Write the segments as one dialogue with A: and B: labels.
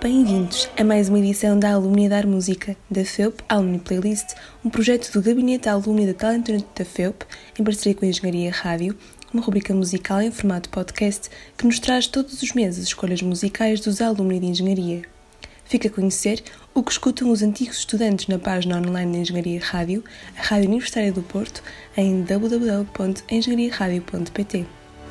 A: Bem-vindos a mais uma edição da Alumni Dar Música, da FEUP Alumni Playlist, um projeto do Gabinete Alumni da Talent da FEUP, em parceria com a Engenharia Rádio, uma rubrica musical em formato podcast que nos traz todos os meses escolhas musicais dos alumni de Engenharia. Fica a conhecer o que escutam os antigos estudantes na página online da Engenharia Rádio, a Rádio Universitária do Porto, em www.engenhariaradio.pt.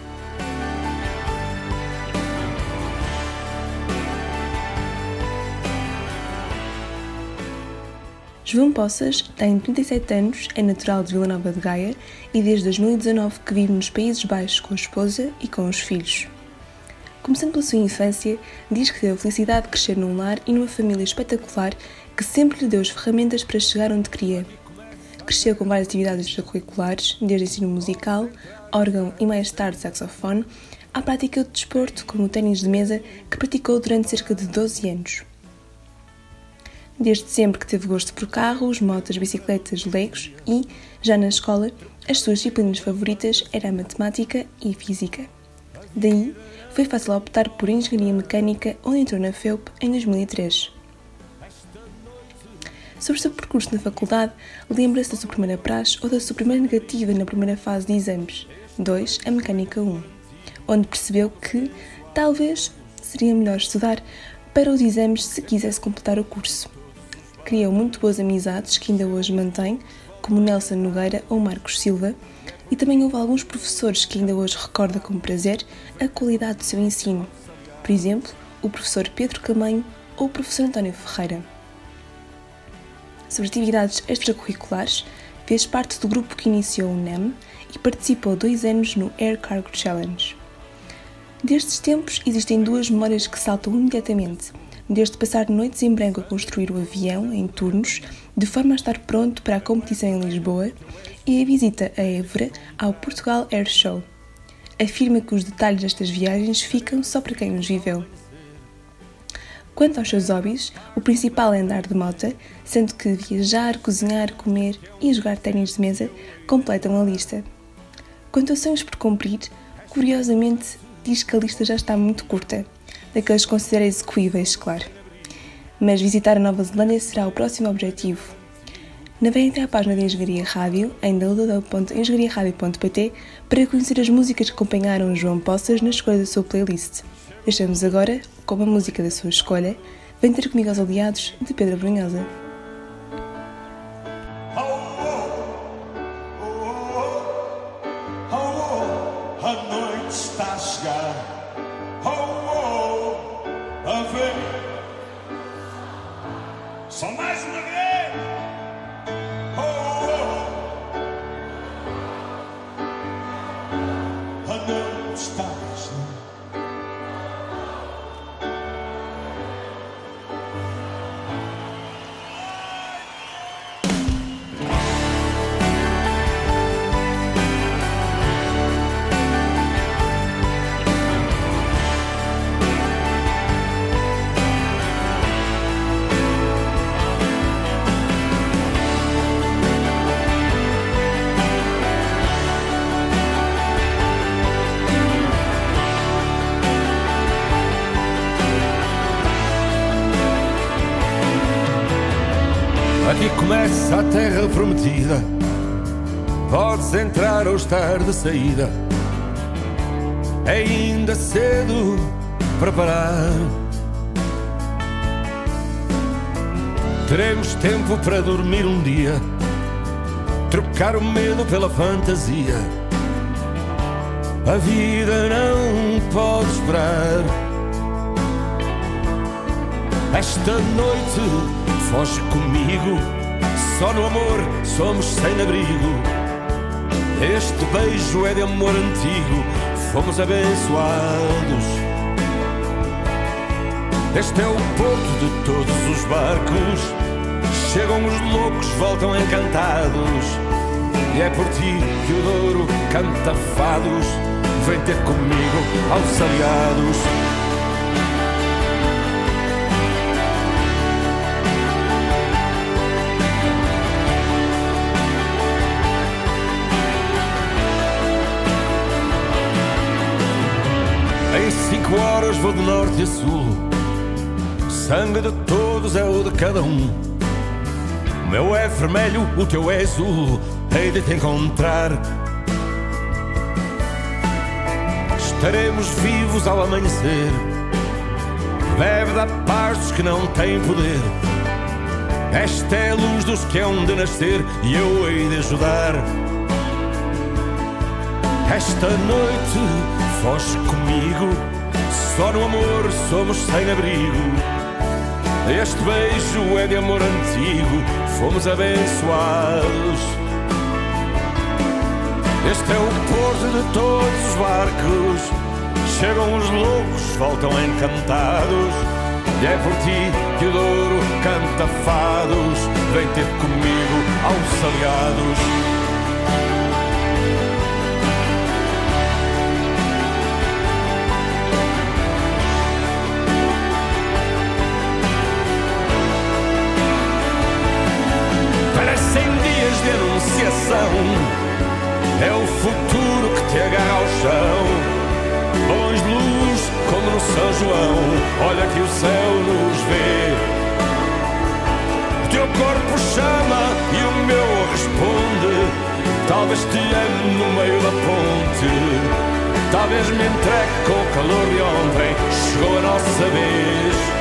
A: João Poças tem 37 anos, é natural de Vila Nova de Gaia e desde 2019 que vive nos Países Baixos com a esposa e com os filhos. Começando pela sua infância, diz que teve a felicidade de crescer num lar e numa família espetacular que sempre lhe deu as ferramentas para chegar onde queria. Cresceu com várias atividades extracurriculares, desde ensino musical, órgão e mais tarde saxofone, à prática de desporto como o ténis de mesa que praticou durante cerca de 12 anos. Desde sempre que teve gosto por carros, motas, bicicletas, legos e, já na escola, as suas disciplinas favoritas eram a matemática e física. Daí, foi fácil optar por engenharia mecânica, onde entrou na FEUP em 2003. Sobre o seu percurso na faculdade, lembra-se da sua primeira praxe ou da sua primeira negativa na primeira fase de exames, 2, a Mecânica 1, onde percebeu que, talvez, seria melhor estudar para os exames se quisesse completar o curso. Criou muito boas amizades que ainda hoje mantém, como Nelson Nogueira ou Marcos Silva, e também houve alguns professores que ainda hoje recorda com prazer a qualidade do seu ensino. Por exemplo, o professor Pedro Camanho ou o professor António Ferreira. Sobre atividades extracurriculares, fez parte do grupo que iniciou o NEM e participou 2 anos no Air Cargo Challenge. Destes tempos, existem 2 memórias que saltam imediatamente, desde passar noites em branco a construir o avião em turnos, de forma a estar pronto para a competição em Lisboa, e a visita a Évora ao Portugal Air Show. Afirma que os detalhes destas viagens ficam só para quem os viveu. Quanto aos seus hobbies, o principal é andar de moto, sendo que viajar, cozinhar, comer e jogar ténis de mesa completam a lista. Quanto a sonhos por cumprir, curiosamente, diz que a lista já está muito curta, daqueles que considera execuíveis, claro. Mas visitar a Nova Zelândia será o próximo objetivo. Navegue até à página da Engenharia Rádio, em www.engenhariaradio.pt, para conhecer as músicas que acompanharam João Poças na escolha da sua playlist. Deixamos agora com a música da sua escolha, Vem Ter Comigo aos Aliados, de Pedro Brunhosa.
B: A noite está a chegar. A ver. Só mais uma vez. A noite está a chegar.
C: Aqui começa a terra prometida. Podes entrar ou estar de saída. É ainda cedo para parar. Teremos tempo para dormir um dia, trocar o medo pela fantasia. A vida não pode esperar. Esta noite foge comigo, só no amor somos sem abrigo. Este beijo é de amor antigo, fomos abençoados. Este é o porto de todos os barcos, chegam os loucos, voltam encantados. E é por ti que o Douro canta fados, vem ter comigo aos aliados. Em 5 horas vou de norte a sul, sangue de todos é o de cada um. O meu é vermelho, o teu é azul, hei de te encontrar. Estaremos vivos ao amanhecer. Bebe da paz dos que não têm poder. Esta é a luz dos que hão de nascer e eu hei de ajudar. Esta noite foge comigo, só no amor somos sem abrigo. Este beijo é de amor antigo, fomos abençoados. Este é o porto de todos os barcos. Chegam os loucos, voltam encantados. E é por ti que o Douro canta fados. Vem ter comigo aos Salgados. Parecem dias de anunciação, é o futuro que te agarra ao chão. Balões de luz como no São João, olha que o céu nos vê. O teu corpo chama e o meu responde. Talvez te ame no meio da ponte. Talvez me entregue com o calor de ontem. Chegou a nossa vez.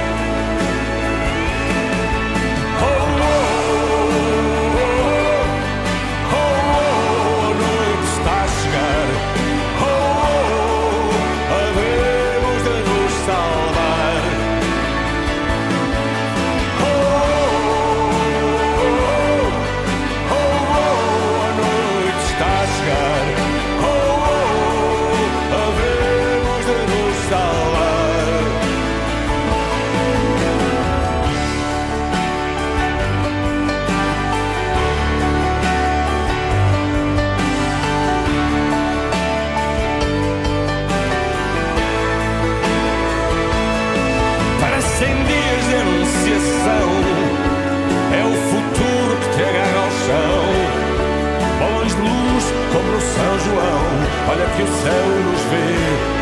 C: É o futuro que te agarra ao chão. Balões de luz como no São João, olha que o céu nos vê.